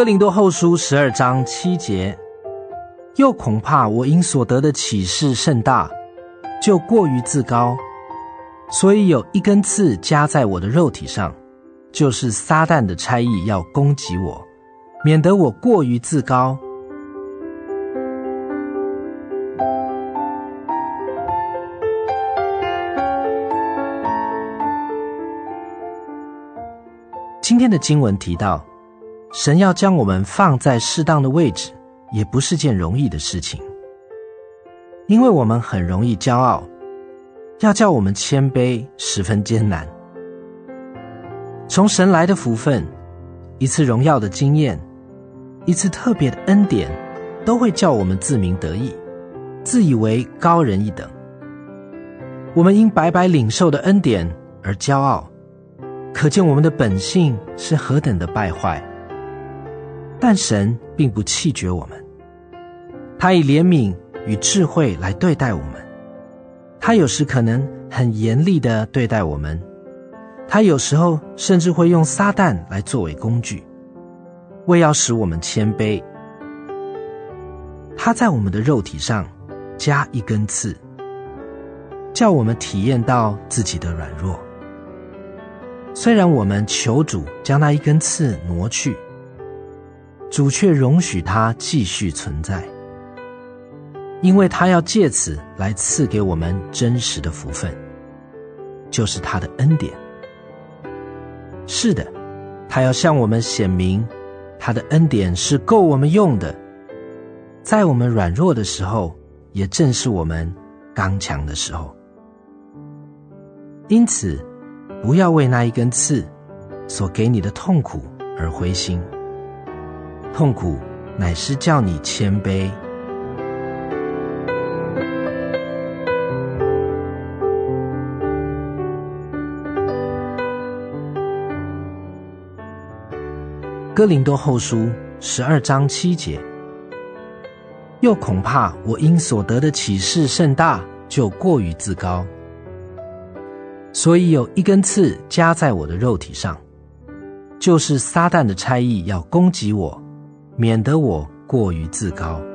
哥林多后书12章7节，又恐怕我因所得的启示甚大，就过于自高，所以有一根刺加在我的肉体上，就是撒旦的差役要攻击我，免得我过于自高。今天的经文提到，神要将我们放在适当的位置，也不是件容易的事情，因为我们很容易骄傲，要叫我们谦卑十分艰难。从神来的福分，一次荣耀的经验，一次特别的恩典，都会叫我们自鸣得意，自以为高人一等。我们因白白领受的恩典而骄傲，可见我们的本性是何等的败坏。但神并不弃绝我们，他以怜悯与智慧来对待我们。他有时可能很严厉地对待我们，他有时候甚至会用撒旦来作为工具，为要使我们谦卑。他在我们的肉体上加一根刺，叫我们体验到自己的软弱。虽然我们求主将那一根刺挪去，主却容许它继续存在，因为他要借此来赐给我们真实的福分，就是他的恩典。是的，他要向我们显明他的恩典是够我们用的，在我们软弱的时候，也正是我们刚强的时候。因此不要为那一根刺所给你的痛苦而灰心，痛苦乃是叫你谦卑。哥林多后书12章7节，又恐怕我因所得的启示甚大，就过于自高，所以有一根刺加在我的肉体上，就是撒旦的差役要攻击我，免得我过于自高。